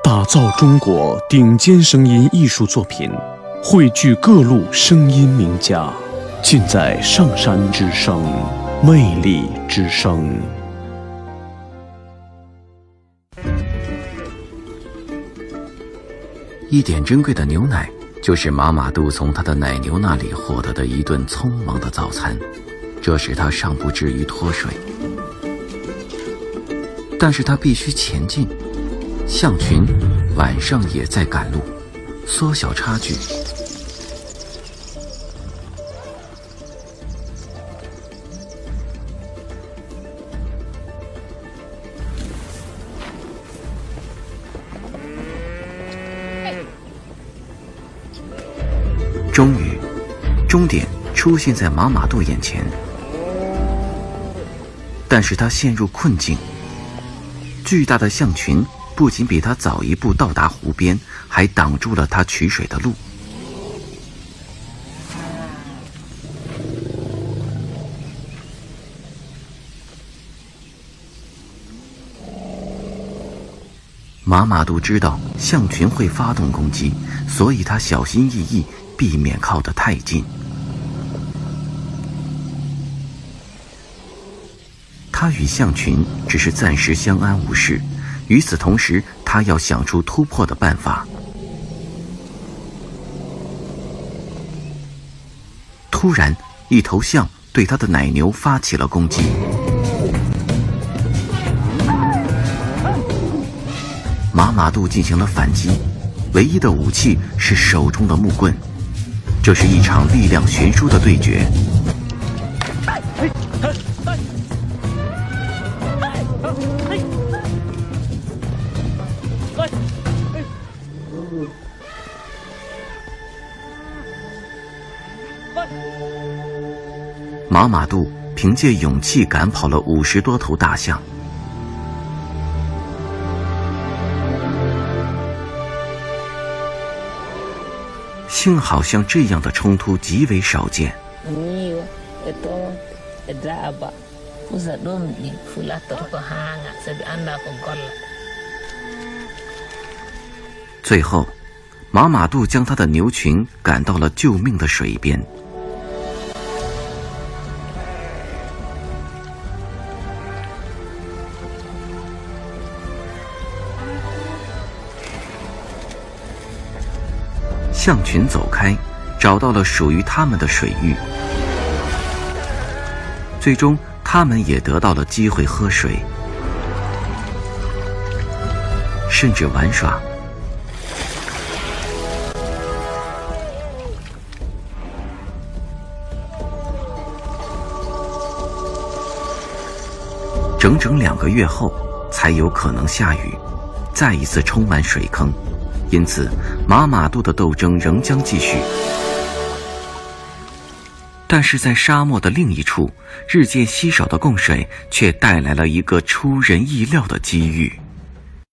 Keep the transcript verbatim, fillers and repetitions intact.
打造中国顶尖声音艺术作品，汇聚各路声音名家，尽在上山之声，魅力之声。 一点珍贵的牛奶，就是马马杜从他的奶牛那里获得的一顿匆忙的早餐，这使他尚不至于脱水。但是他必须前进，象群晚上也在赶路，缩小差距。终于，终点出现在马马杜眼前，但是他陷入困境。巨大的象群不仅比他早一步到达湖边，还挡住了他取水的路。马马杜知道象群会发动攻击，所以他小心翼翼，避免靠得太近。他与象群只是暂时相安无事，与此同时，他要想出突破的办法。突然，一头象对他的奶牛发起了攻击。马马杜进行了反击，唯一的武器是手中的木棍。这是一场力量悬殊的对决。马马杜凭借勇气赶跑了五十多头大象。幸好像这样的冲突极为少见。最后，马马杜将他的牛群赶到了救命的水边。象群走开，找到了属于他们的水域。最终，他们也得到了机会喝水，甚至玩耍。整整两个月后，才有可能下雨，再一次充满水坑。因此，马马杜的斗争仍将继续。但是在沙漠的另一处，日渐稀少的供水却带来了一个出人意料的机遇。